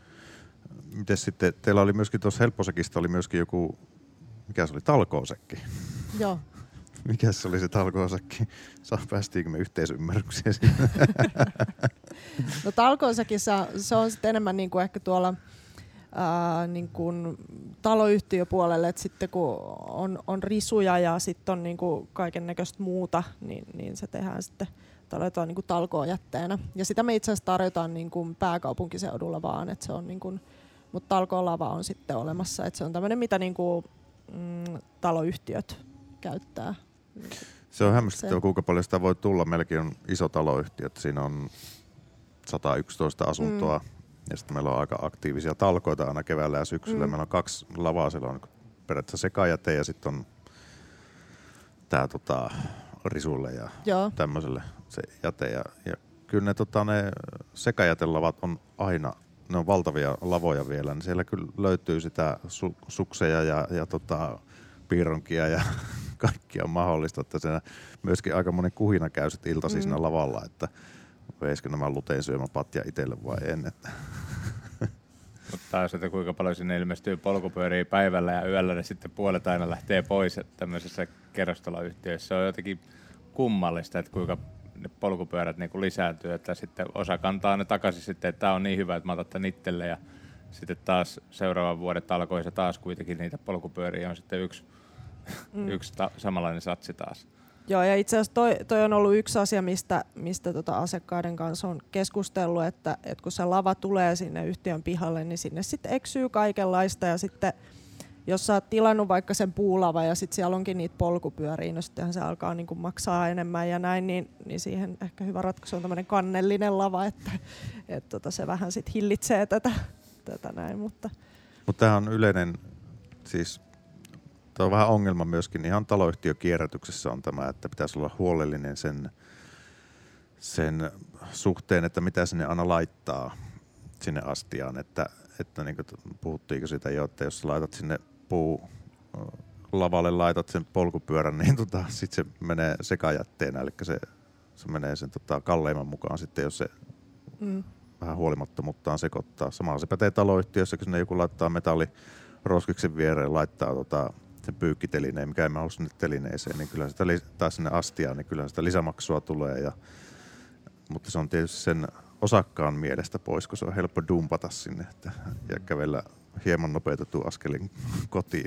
B: Mites sitten, teillä oli myöskin tuossa Helpposekista oli myöskin joku, mikä se oli, talkoosekki?
F: Joo.
B: Mikä se oli se talkoosekki? Päästiinkö me yhteisymmärryksiä siinä?
F: No talkoosekissa se on sitten enemmän niin kuin ehkä tuolla niin kuin taloyhtiöpuolelle, että sitten kun on risuja ja sitten on niin kuin kaiken näköistä muuta, niin se tehdään sitten tarjotaan niin kuin talkoojätteenä. Ja sitä me itse asiassa tarjotaan niin kuin pääkaupunkiseudulla vaan, että se on niin kuin, mutta talkoolava on sitten olemassa, että se on tämmöinen, mitä niin kuin, taloyhtiöt käyttää.
B: Se on hämmästyttävä, kuinka paljon sitä voi tulla. Meilläkin on iso taloyhtiö, että siinä on 111 asuntoa. Ja sitten meillä on aika aktiivisia talkoita aina keväällä ja syksyllä. Meillä on 2 lavaa, siellä on periaatteessa sekajäte ja sitten on tää risulle ja tämmöiselle se jäte. Ja kyllä ne sekajätelavat on aina, ne on valtavia lavoja vielä, niin siellä kyllä löytyy sitä sukseja ja piirronkia ja kaikkia mahdollista, että siinä myöskin aika monen kuhina käy sitten iltaisin siinä lavalla, että veisikö nämä luteensyömäpatja itselle vai en.
A: Mutta taas, että kuinka paljon sinne ilmestyy polkupyöriä päivällä ja yöllä, ne sitten puolet aina lähtee pois tämmöisessä kerrostaloyhtiössä. Se on jotenkin kummallista, että kuinka ne polkupyörät niin kuin lisääntyy, että sitten osa kantaa ne takaisin sitten, että tämä on niin hyvä, että mä otan tämän itselle ja sitten taas seuraavan vuoden talkoissa taas kuitenkin niitä polkupyöriä on sitten yksi samanlainen satsi taas.
F: Joo, ja itse asiassa toi on ollut yksi asia, mistä asiakkaiden kanssa on keskustellut, että kun se lava tulee sinne yhtiön pihalle, niin sinne sitten eksyy kaikenlaista, ja sitten jos sä oot tilannut vaikka sen puulava ja sitten siellä onkin niitä polkupyöriä, no sittenhän se alkaa niinku maksaa enemmän ja näin, niin siihen ehkä hyvä ratkaisu on tämmöinen kannellinen lava, että se vähän sitten hillitsee tätä näin. Mutta
B: tämä on yleinen, siis tämä on vähän ongelma myöskin ihan taloyhtiökierrätyksessä on tämä, että pitäisi olla huolellinen sen suhteen, että mitä sinne aina laittaa sinne astiaan, että niin kuin puhuttiinko siitä jo, että jos laitat sinne lavalle laitat sen polkupyörän, niin sitten se menee sekajätteenä, eli se menee sen kalleimman mukaan sitten, jos se vähän huolimattomuuttaan sekoittaa. Sama se pätee taloyhtiössä, kun sinne joku laittaa metalliroskiksen viereen, laittaa sen pyykkitelineen, mikä ei mahdu sinne telineeseen, niin kyllä sitä taas sinne astiaan, niin kyllä sitä lisämaksua tulee. Mutta se on tietysti sen osakkaan mielestä pois, kun se on helppo dumpata sinne ja kävellä hieman nopeutettu askelin kotiin.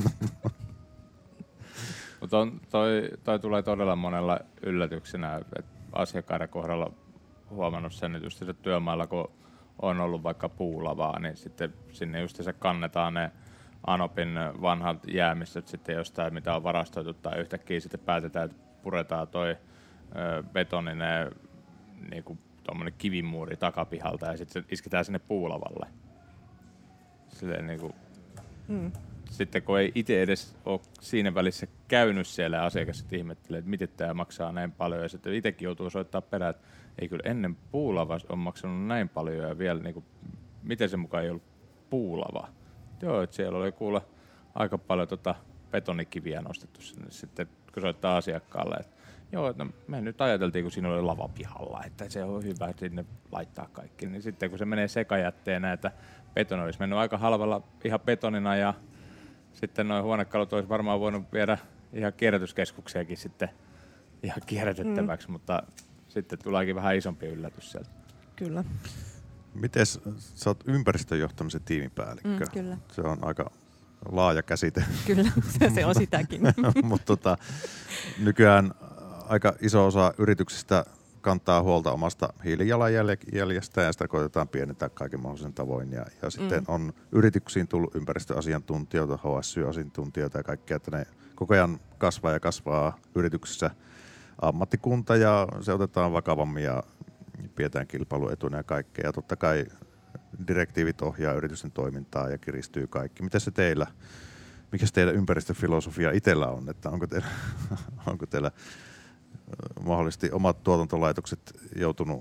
A: Mutta toi tulee todella monella yllätyksenä, että asiakkaiden kohdalla huomannut sen, että just se työmailla, kun on ollut vaikka puulavaa, niin sitten sinne just se kannetaan ne Anopin vanhat jäämistöt sitten jostain, mitä on varastoitu, tai yhtäkkiä sitten päätetään, että puretaan toi betoninen niinku tuommoinen kivimuuri takapihalta ja sitten se isketään sinne puulavalle. Silleen niinku sitten kun ei itse edes ole siinä välissä käynyt siellä, asiakas sitten ihmettelee, että miten tämä maksaa näin paljon, ja sitten itsekin joutuu soittaa perään, että ei kyllä ennen puulava on maksanut näin paljon, ja vielä niinku, miten se mukaan ei ollut puulava. Joo, että siellä oli kuulla aika paljon betonikiviä nostettu sinne sitten, kun soittaa asiakkaalle, että joo, no, me nyt ajateltiin, kun siinä oli lava pihalla, että se on hyvä sinne laittaa kaikki, niin sitten kun se menee sekajätteenä, että betoni olisi mennyt aika halvalla ihan betonina ja sitten noin huonekalut olisi varmaan voinut viedä ihan kierrätyskeskuksiakin sitten ihan kierrätettäväksi, mutta sitten tuleekin vähän isompi yllätys sieltä.
F: Kyllä.
B: Mites sä oot ympäristöjohtamisen tiimipäällikkö?
E: Kyllä.
B: Se on aika laaja käsite.
E: Kyllä, se on sitäkin.
B: Mutta nykyään aika iso osa yrityksistä kantaa huolta omasta hiilijalanjäljestä ja sitä koitetaan pienentää kaiken mahdollisen tavoin. Ja sitten on yrityksiin tullut ympäristöasiantuntijoita, HSY-asiantuntijoita ja kaikkea, että ne koko ajan kasvaa yrityksissä ammattikunta ja se otetaan vakavammin ja pidetään kilpailuetuna ja kaikkea. Ja totta kai direktiivit ohjaa yritysten toimintaa ja kiristyy kaikki. Miten se mikä teidän ympäristöfilosofia itsellä on? Että onko teillä mahdollisesti omat tuotantolaitokset joutunut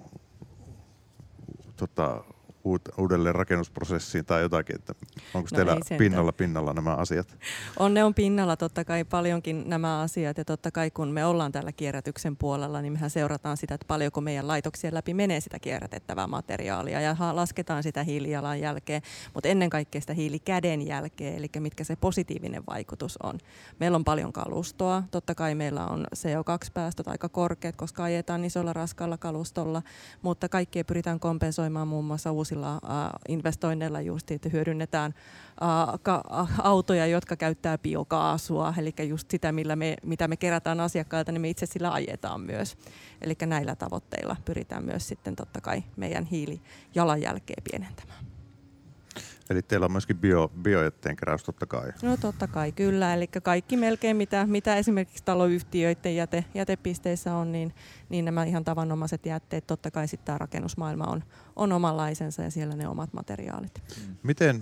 B: uudelleen rakennusprosessiin tai jotakin, että onko teillä pinnalla nämä asiat?
E: Ne on pinnalla totta kai paljonkin nämä asiat ja totta kai kun me ollaan täällä kierrätyksen puolella, niin mehän seurataan sitä, että paljonko meidän laitoksien läpi menee sitä kierrätettävää materiaalia ja lasketaan sitä hiilijalanjälkeä, mutta ennen kaikkea sitä hiilikädenjälkeä, eli mitkä se positiivinen vaikutus on. Meillä on paljon kalustoa, totta kai meillä on CO2-päästöt aika korkeat, koska ajetaan isolla raskaalla kalustolla, mutta kaikkea pyritään kompensoimaan muun muassa uusilla investoinneilla just, että hyödynnetään autoja, jotka käyttää biokaasua, eli just sitä, mitä me kerätään asiakkailta, niin me itse sillä ajetaan myös. Eli näillä tavoitteilla pyritään myös sitten totta kai meidän hiilijalanjälkeä pienentämään.
B: Eli teillä on myöskin biojätteen keräys totta kai.
E: No totta kai kyllä, eli kaikki melkein mitä esimerkiksi taloyhtiöiden jätepisteissä on, niin nämä ihan tavanomaiset jätteet, totta kai sitten tämä rakennusmaailma on omanlaisensa ja siellä ne omat materiaalit.
B: Miten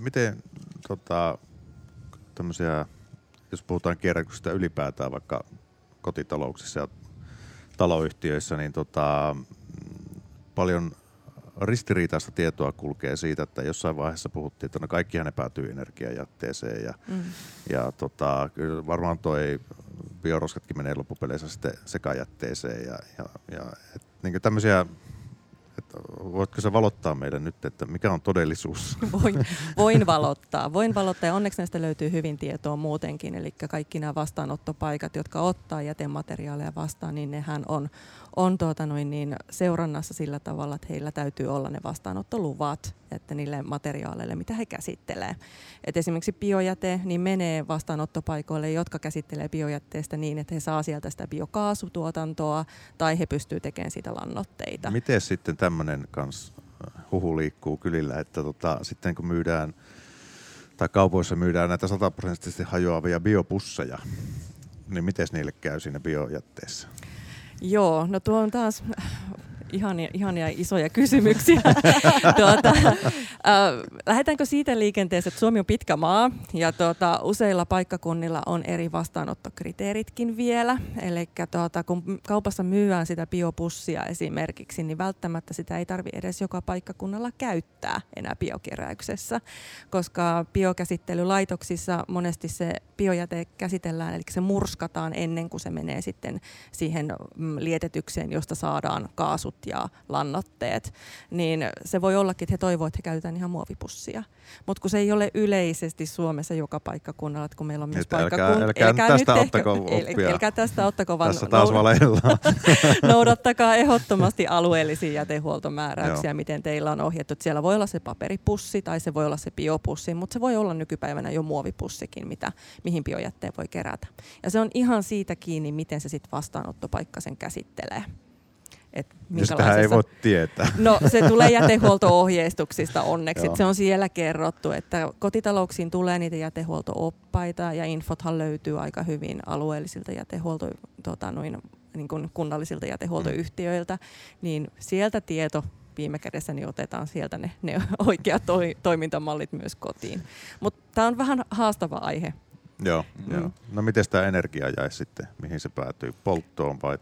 B: tämmöisiä, jos puhutaan kierrätyksestä ylipäätään vaikka kotitalouksissa ja taloyhtiöissä, niin paljon ristiriitaista tietoa kulkee siitä, että jossain vaiheessa puhuttiin, että no kaikkihan ne päätyy energiajätteeseen ja kyllä varmaan toi bioroskatkin menee loppupeleissä sitten sekajätteeseen ja niin tämmöisiä, että voitko sä valottaa meille nyt, että mikä on todellisuus?
E: Voin valottaa ja onneksi näistä löytyy hyvin tietoa muutenkin, eli kaikki nämä vastaanottopaikat, jotka ottaa jätemateriaaleja vastaan, niin nehän on seurannassa sillä tavalla, että heillä täytyy olla ne vastaanottoluvat, että niille materiaaleille, mitä he käsittelee. Et esimerkiksi biojäte niin menee vastaanottopaikoille, jotka käsittelee biojätteestä niin, että he saa sieltä sitä biokaasutuotantoa tai he pystyy tekemään siitä lannoitteita.
B: Miten sitten tämmöinen huhu liikkuu kylillä, että sitten kun myydään tai kaupoissa myydään näitä 100% hajoavia biopusseja, niin miten niille käy siinä biojätteessä?
E: Joo, no tuo on taas ihania isoja kysymyksiä. Lähdetäänkö siitä liikenteeseen, että Suomi on pitkä maa ja useilla paikkakunnilla on eri vastaanottokriteeritkin vielä. Eli kun kaupassa myydään sitä biopussia esimerkiksi, niin välttämättä sitä ei tarvitse edes joka paikkakunnalla käyttää enää biokeräyksessä, koska biokäsittelylaitoksissa monesti se biojäte käsitellään, eli se murskataan ennen kuin se menee sitten siihen lietetykseen, josta saadaan kaasut ja lannoitteet. Niin se voi ollakin, että he toivovat, että he käytetään ihan muovipussia. Mutta kun se ei ole yleisesti Suomessa joka paikkakunnalla, että kun meillä on myös
B: Älkää
E: tästä ottako, vaan
B: tässä taas valeillaan.
E: noudattakaa ehdottomasti alueellisia jätehuoltomääräyksiä, miten teillä on ohjattu. Siellä voi olla se paperipussi tai se voi olla se biopussi, mutta se voi olla nykypäivänä jo muovipussikin, mihin biojätteen voi kerätä. Ja se on ihan siitä kiinni, miten se sitten vastaanottopaikka sen käsittelee.
B: Sitähän ei voi tietää.
E: No se tulee jätehuolto-ohjeistuksista onneksi. Se on siellä kerrottu, että kotitalouksiin tulee niitä jätehuolto-oppaita ja infothan löytyy aika hyvin alueellisilta niin kuin kunnallisilta jätehuoltoyhtiöiltä. Niin sieltä tieto viime kädessä niin otetaan sieltä ne oikeat toimintamallit myös kotiin. Mutta tämä on vähän haastava aihe.
B: Joo. No miten tämä energia jäi sitten? Mihin se päätyy? Polttoon vai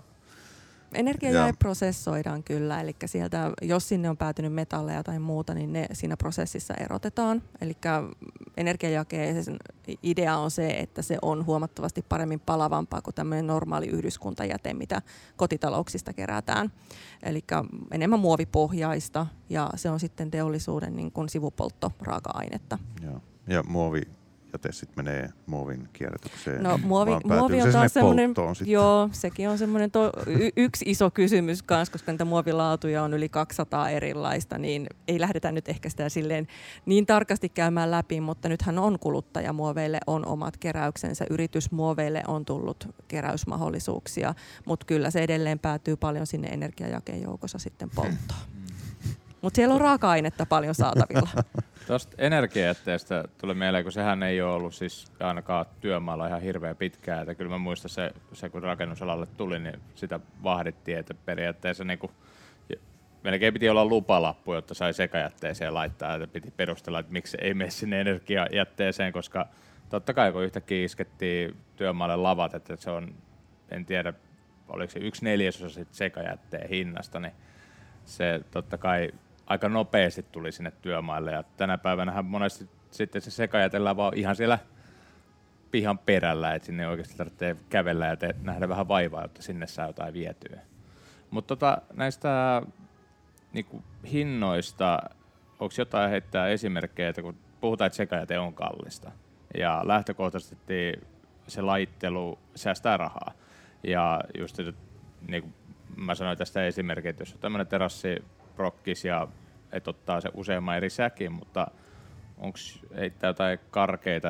E: Energiajäte prosessoidaan kyllä, eli sieltä, jos sinne on päätynyt metalleja tai muuta, niin ne siinä prosessissa erotetaan. Eli energiajakeen idea on se, että se on huomattavasti paremmin palavampaa kuin tämmöinen normaali yhdyskuntajäte, mitä kotitalouksista kerätään. Eli enemmän muovipohjaista ja se on sitten teollisuuden niin kuin sivupolttoraaka-ainetta.
B: Joo. Ja muovijäte sitten menee muovin kierrätykseen.
E: No muovi on taas semmoinen, joo, sekin on semmoinen yksi iso kysymys kanssa, koska niitä muovilaatuja on yli 200 erilaista, niin ei lähdetä nyt ehkä sitä silleen niin tarkasti käymään läpi, mutta nythän on kuluttajamuoveille on omat keräyksensä, yritysmuoveille on tullut keräysmahdollisuuksia, mutta kyllä se edelleen päätyy paljon sinne energiajakeen joukossa sitten polttoon. Mutta siellä on raaka-ainetta paljon saatavilla.
A: Tuosta energiajätteestä tuli mieleen, kun sehän ei ole ollut siis ainakaan työmaalla ihan hirveän pitkään. Että kyllä mä muistan se kun rakennusalalle tuli, niin sitä vahdittiin, että periaatteessa niin kuin, melkein piti olla lupalappu, jotta sai sekajätteeseen laittaa. Että piti perustella, että miksi ei mene sinne energiajätteeseen, koska totta kai kun yhtäkkiä iskettiin työmaalle lavat, että se on, en tiedä, oliko se 1/4 sekajätteen hinnasta, niin se totta kai aika nopeasti tuli sinne työmaille ja tänä päivänähän monesti sitten se sekajätellään vaan ihan siellä pihan perällä, että sinne oikeasti tarvitsee kävellä ja nähdä vähän vaivaa, jotta sinne saa jotain vietyä. Mutta näistä niinku hinnoista, onko jotain heittää esimerkkejä, että kun puhutaan, että sekajäte on kallista ja lähtökohtaisesti se laittelu säästää rahaa ja just niin kuin mä sanoin tästä esimerkkiä, että jos on tämmöinen terassiprokkis ja et ottaa se useamman eri säkin, mutta onko heittää jotain karkeita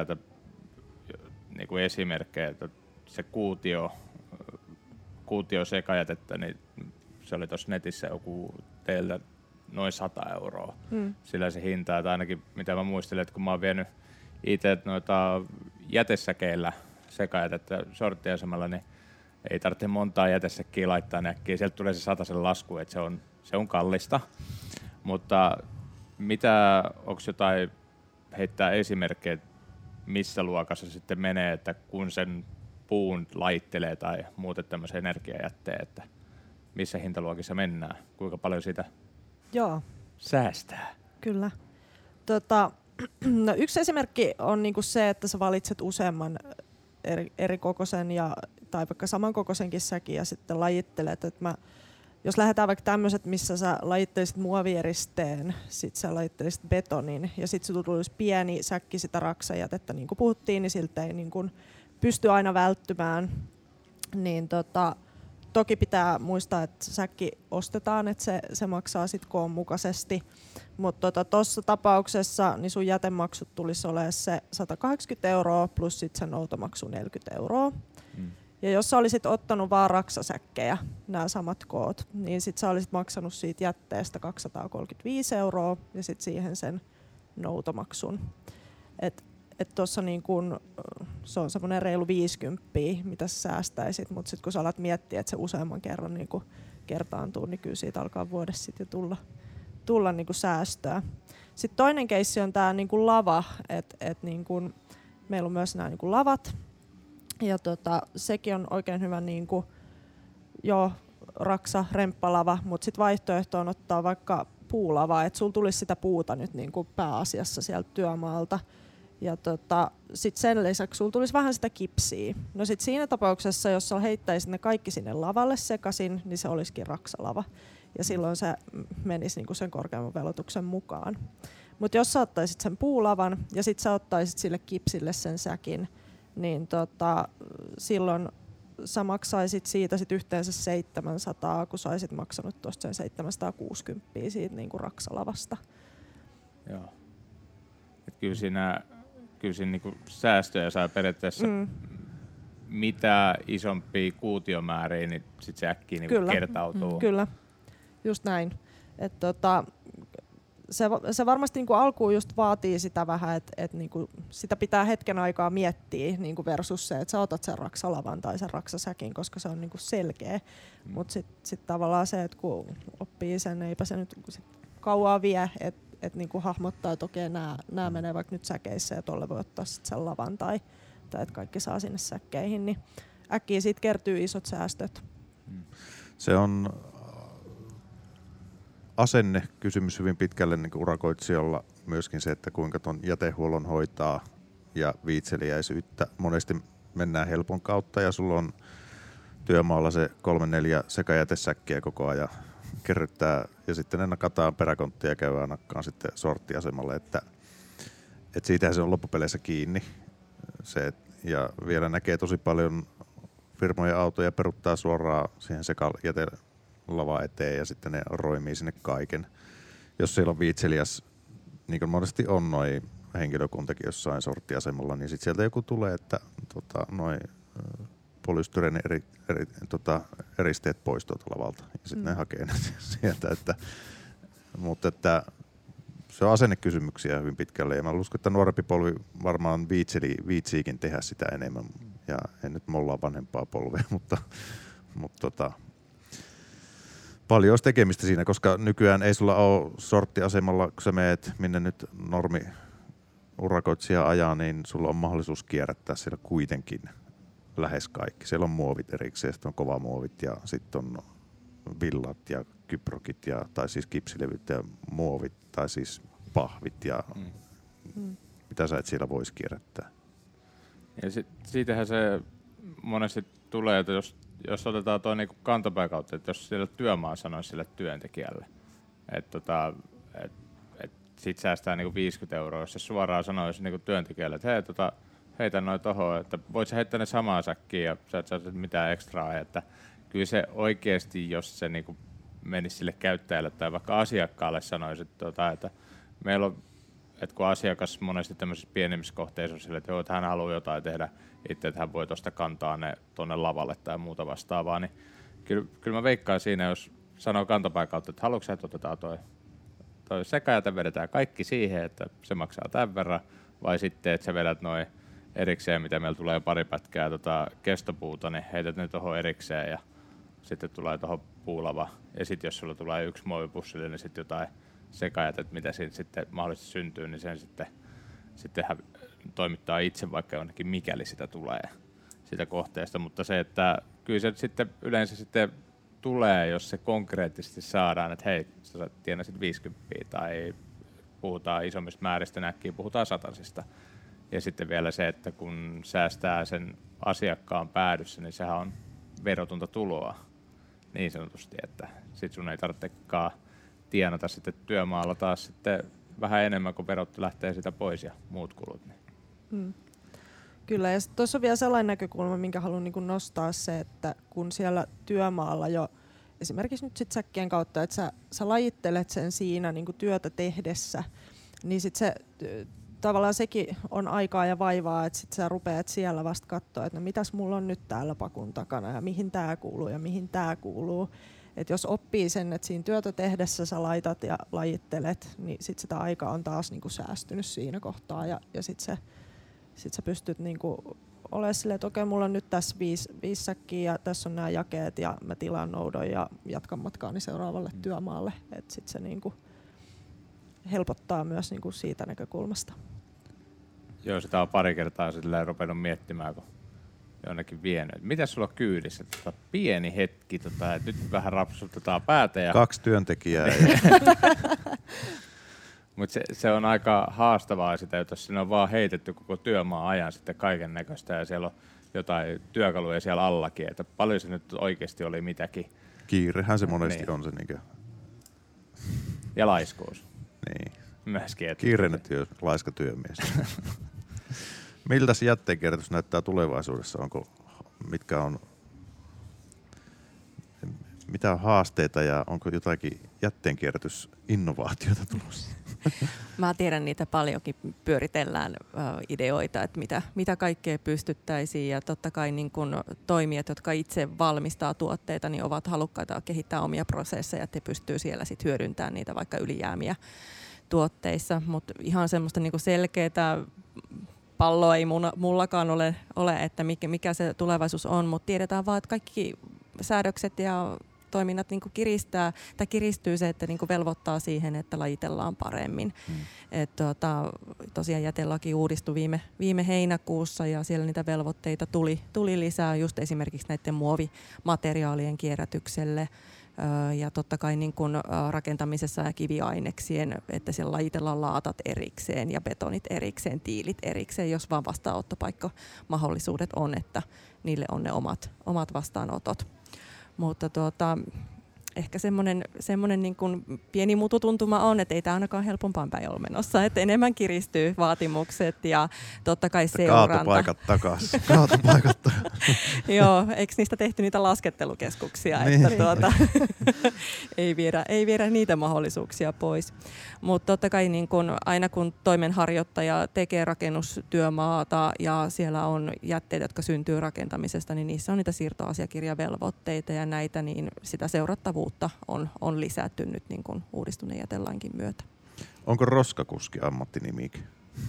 A: niin kuin esimerkkejä, että se kuutio sekajätettä, niin se oli tuossa netissä joku teiltä noin 100 €. Sillä se hinta, että ainakin mitä mä muistelen, että kun mä oon vienyt itse noita jätesäkeillä sekajätettä sorttiasemalla, niin ei tarvitse montaa jätesäkkiä laittaa näkkiä. Sieltä tulee se 100 lasku, että se on kallista. Mutta onko jotain heittää esimerkkejä, missä luokassa sitten menee, että kun sen puun laittelee tai muuten tämmöisen energiajätteen, että missä hintaluokissa mennään, kuinka paljon sitä säästää?
F: Kyllä. No, yksi esimerkki on niinku se, että sä valitset useamman eri kokoisen tai vaikka samankokoisenkin säkin ja sitten lajittelet. Jos lähdetään vaikka tämmöiset, missä sä lajittelisit muovieristeen, sit sä lajittelisit betonin ja sit se tulisi pieni säkki sitä raksajätettä, niin kuin puhuttiin, niin siltä ei niin kuin pysty aina välttymään. Niin toki pitää muistaa, että säkki ostetaan, että se maksaa sit koon mukaisesti. Mutta tuossa tapauksessa niin sun jätemaksut tulisi olemaan se 180 € plus sit sen noutomaksu 40 €. Ja jos sä olisit ottanut vaan raksasäkkejä, nämä samat koot, niin sit sä olisit maksanut siitä jätteestä 235 € ja sit siihen sen noutomaksun. Et tossa niin kun, se on semmoinen reilu 50, mitä sä säästäisit, mutta sit kun sä alat miettiä, että se useamman kerran niin kun kertaantuu, niin kyllä siitä alkaa vuodessa sit jo tulla niin kun säästöä. Sitten toinen keissi on tämä niinku lava, että niinku, meillä on myös nämä niinku lavat. Ja sekin on oikein hyvä niinku, raksa, remppalava, mutta sitten vaihtoehto on ottaa vaikka puulavaa, että sulla tulisi sitä puuta nyt niinku pääasiassa sieltä työmaalta. Ja sitten sen lisäksi sulla tulisi vähän sitä kipsiä. No sitten siinä tapauksessa, jos sä heittäisit ne kaikki sinne lavalle sekaisin, niin se olisikin raksalava. Ja silloin se menisi niinku sen korkeamman velotuksen mukaan. Mutta jos sä ottaisit sen puulavan ja sitten sä ottaisit sille kipsille sen säkin, niin silloin sä maksaisit siitä sit yhteensä 700, kun saisit maksanut tuosta sen 760 siitä niinku raksalavasta.
A: Joo. Et kyllä siinä niinku säästöjä saa periaatteessa mitä isompia kuutiomääriä, niin sit se äkkiä niinku kertautuu.
F: Kyllä, just näin. Et se varmasti niinku alkuun just vaatii sitä vähän, että niinku sitä pitää hetken aikaa miettiä niinku versus se, että sä otat sen raksalavan tai sen raksasäkin, koska se on niinku selkeä. Mutta sit tavallaan se, että kun oppii sen, eipä se nyt sit kauaa vie, että niinku hahmottaa, että okei, nämä menee vaikka nyt säkeissä ja tolle voi ottaa sit sen lavan tai että kaikki saa sinne säkkeihin, niin äkkiä siitä kertyy isot säästöt.
B: Se on asennekysymys hyvin pitkälle niin kuin urakoitsijalla myöskin se, että kuinka ton jätehuollon hoitaa ja viitseliäisyyttä. Monesti mennään helpon kautta ja sulla on työmaalla se 3-4 sekajätesäkkiä koko ajan kerryttää ja sitten ne nakataan peräkonttia ja käydään nakkaan sitten sorttiasemalle, että siitähän se on loppupeleissä kiinni. Se, ja vielä näkee tosi paljon firmojen autoja peruttaa suoraan siihen sekajätelavaan eteen ja sitten ne roimii sinne kaiken. Jos siellä on viitseliäs, niin kuin monesti on noi henkilökuntakin jossain sorttiasemalla, niin sitten sieltä joku tulee, että noi polystyreeni eristeet pois tuolta lavalta ja sitten ne hakee ne sieltä. Mutta että se on asennekysymyksiä hyvin pitkälle ja mä uskon, että nuorempi polvi varmaan viitsiikin tehdä sitä enemmän ja en nyt mollaa vanhempaa polvea, mutta paljon olisi tekemistä siinä, koska nykyään ei sulla ole sorttiasemalla, kun sä meet minne nyt normi urakoitsija ajaa, niin sulla on mahdollisuus kierrättää siellä kuitenkin lähes kaikki. Siellä on muovit erikseen, sitten on kovamuovit ja sitten on villat ja kyprokit tai siis kipsilevyt ja muovit tai siis pahvit ja mitä sä et siellä voisi kierrättää.
A: Ja siitähän se monesti tulee, että jos otetaan tuo niinku kantapään kautta, että jos siellä työmaa sanoisi sille työntekijälle, että sit säästää niinku 50 €, jos se suoraan sanoisi niinku työntekijälle, että hei, heitä noin tohon, että voit sä heittää ne samaan säkkiin ja sä et saa mitään ekstraa, että kyllä se oikeesti, jos se niinku menisi sille käyttäjälle tai vaikka asiakkaalle sanoisi, että meillä on, että kun asiakas monesti tämmöisissä pienemmissä kohteissa on sille, että, että hän haluaa jotain tehdä itse, että hän voi tuosta kantaa ne tuonne lavalle tai muuta vastaavaa, niin kyllä mä veikkaan siinä, jos sanoo kantapään kautta, että haluatko sä, että otetaan toi sekajäte, vedetään kaikki siihen, että se maksaa tämän verran, vai sitten, että sä vedät noin erikseen, mitä meillä tulee pari pätkää kestopuuta, niin heität ne tuohon erikseen ja sitten tulee tuohon puulava. Ja sitten jos sulla tulee yksi muovipussille, niin sitten jotain sekajätet, mitä siitä sitten mahdollisesti syntyy, niin sen sitten hän toimittaa itse vaikka jonnekin, mikäli sitä tulee sitä kohteesta. Mutta se, että kyllä se sitten yleensä sitten tulee, jos se konkreettisesti saadaan, että hei, sä tienasit 50 tai puhutaan isommista määristä, näkkiä puhutaan satasista. Ja sitten vielä se, että kun säästää sen asiakkaan päädyssä, niin sehän on verotonta tuloa niin sanotusti, että sit sun ei tarvitsekaan tienata sitten työmaalla taas sitten vähän enemmän, kun verot lähtee sitä pois ja muut kulut. Niin.
F: Kyllä, ja tuossa on vielä sellainen näkökulma, minkä haluan niin nostaa se, että kun siellä työmaalla jo esimerkiksi nyt sit säkkien kautta, että sä lajittelet sen siinä niin työtä tehdessä, niin sit se tavallaan sekin on aikaa ja vaivaa, että sit sä rupeat siellä vasta katsoa, että no mitäs mulla on nyt täällä pakun takana ja mihin tää kuuluu ja mihin tää kuuluu. Et jos oppii sen, että siinä työtä tehdessä sä laitat ja lajittelet, niin sit sitä aikaa on taas niinku säästynyt siinä kohtaa ja sit sä pystyt niinku olemaan silleen, että okei, mulla on nyt tässä 5 säkkiä ja tässä on nämä jakeet ja mä tilaan noudon ja jatkan matkaani seuraavalle työmaalle. Et sit se niinku helpottaa myös niin kuin siitä näkökulmasta.
A: Joo, sitä on pari kertaa silleen rupenut miettimään, kun jonnekin vienyt. Mitä sulla on kyydissä? Pieni hetki, että nyt vähän rapsutetaan päätä. Ja
B: 2 työntekijää.
A: Mutta se on aika haastavaa sitä, jos siinä on vaan heitetty koko työmaa ajan sitten kaiken näköistä ja siellä on jotain työkaluja siellä allakin, että paljon se nyt oikeasti oli mitäkin.
B: Kiirehän se monesti
A: niin
B: on se. Niinkö.
A: Ja laiskuus.
B: Niin.
A: Myöskin.
B: Kiireinen työ, laiska työmies. Miltä se jätteenkierrätys näyttää tulevaisuudessa? Mitä on haasteita ja onko jotakin jätteenkierrätysinnovaatioita tulossa?
E: Mä tiedän, niitä paljonkin pyöritellään ideoita, että mitä kaikkea pystyttäisiin. Ja totta kai niin kun toimijat, jotka itse valmistaa tuotteita, niin ovat halukkaita kehittää omia prosesseja, että he pystyy siellä sit hyödyntämään niitä vaikka ylijäämiä tuotteissa. Mutta ihan semmoista niin kun selkeää palloa ei mullakaan ole, että mikä se tulevaisuus on, mutta tiedetään vaan, että kaikki säädökset ja toiminnat niin kuin kiristyy se, että niin kuin velvoittaa siihen, että lajitellaan paremmin. Tosiaan jätelaki uudistui viime heinäkuussa ja siellä niitä velvoitteita tuli lisää just esimerkiksi näiden muovimateriaalien kierrätykselle ja totta kai niin kuin rakentamisessa ja kiviaineksien, että siellä lajitellaan laatat erikseen ja betonit erikseen, tiilit erikseen, jos vaan vastaanottopaikkamahdollisuudet on, että niille on ne omat vastaanotot. Mutta ehkä semmoinen niin kuin pieni mututuntuma on, että ei tämä ainakaan helpompaan päin ole menossa. Että enemmän kiristyy vaatimukset ja totta kai seuranta.
B: Kaatopaikat takaisin. Kaatopaikat takaisin.
E: Joo, eikö niistä tehty niitä laskettelukeskuksia,
B: niin.
E: Että ei viedä niitä mahdollisuuksia pois. Mutta totta kai niin kun, aina kun toimenharjoittaja tekee rakennustyömaata ja siellä on jätteitä, jotka syntyy rakentamisesta, niin niissä on niitä siirtoasiakirjavelvoitteita ja näitä, niin sitä seurattavuutta on lisätty nyt niin kuin uudistuneen jätelainkin myötä.
B: Onko roskakuski ammattinimikin?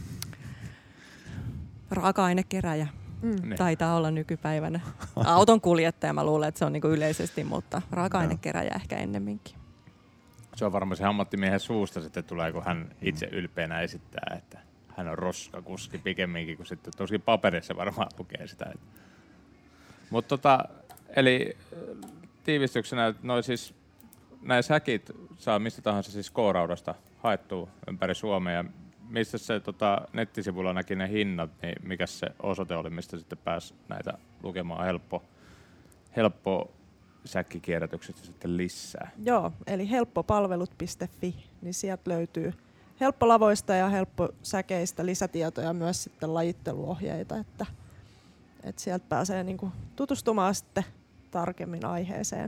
E: Raaka-ainekeräjä. Taitaa olla nykypäivänä. Auton kuljettaja, mä luulen, että se on niin kuin yleisesti, mutta raaka-ainekeräjä ehkä ennemminkin.
A: Se on varmaan se ammattimiehen suusta sitten tulee, kun hän itse ylpeänä esittää, että hän on roskakuski pikemminkin, kun sitten tosiaan paperissa varmaan lukee sitä. Mutta eli tiivistyksenä siis nämä säkit saa mistä tahansa siis K-raudasta haettua ympäri Suomea. Ja mistä se nettisivulla näki ne hinnat, niin mikä se osoite oli, mistä sitten pääsi näitä lukemaan helppo säkkikierrätyksestä sitten lisää?
F: Joo, eli helppopalvelut.fi, niin sieltä löytyy helppolavoista ja helpposäkeistä lisätietoja, myös sitten lajitteluohjeita, että sieltä pääsee niinku tutustumaan sitten tarkemmin aiheeseen.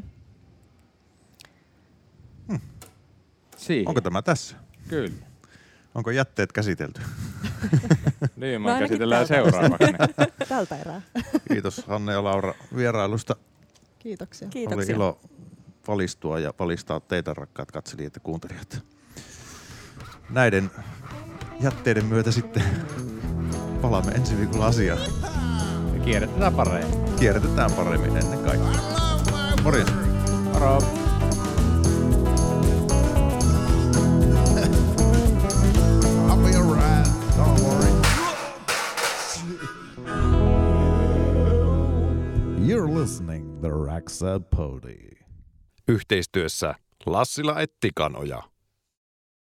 B: Onko tämä tässä?
A: Kyllä.
B: Onko jätteet käsitelty?
A: Niin, mä käsitellään seuraavaksi.
F: Tältä erää.
B: Kiitos Hanne ja Laura vierailusta.
F: Kiitoksia.
B: Oli ilo valistua ja valistaa teitä, rakkaat katselijat ja kuuntelijat. Näiden jätteiden myötä sitten palaamme ensi viikolla asiaan.
A: Ja kierrätetään paremmin ennen kaikkea.
B: Morjens.
A: Moro.
C: I'll be alright, don't worry. You're listening the Raksapodi.
D: Yhteistyössä Lassila & Tikanoja.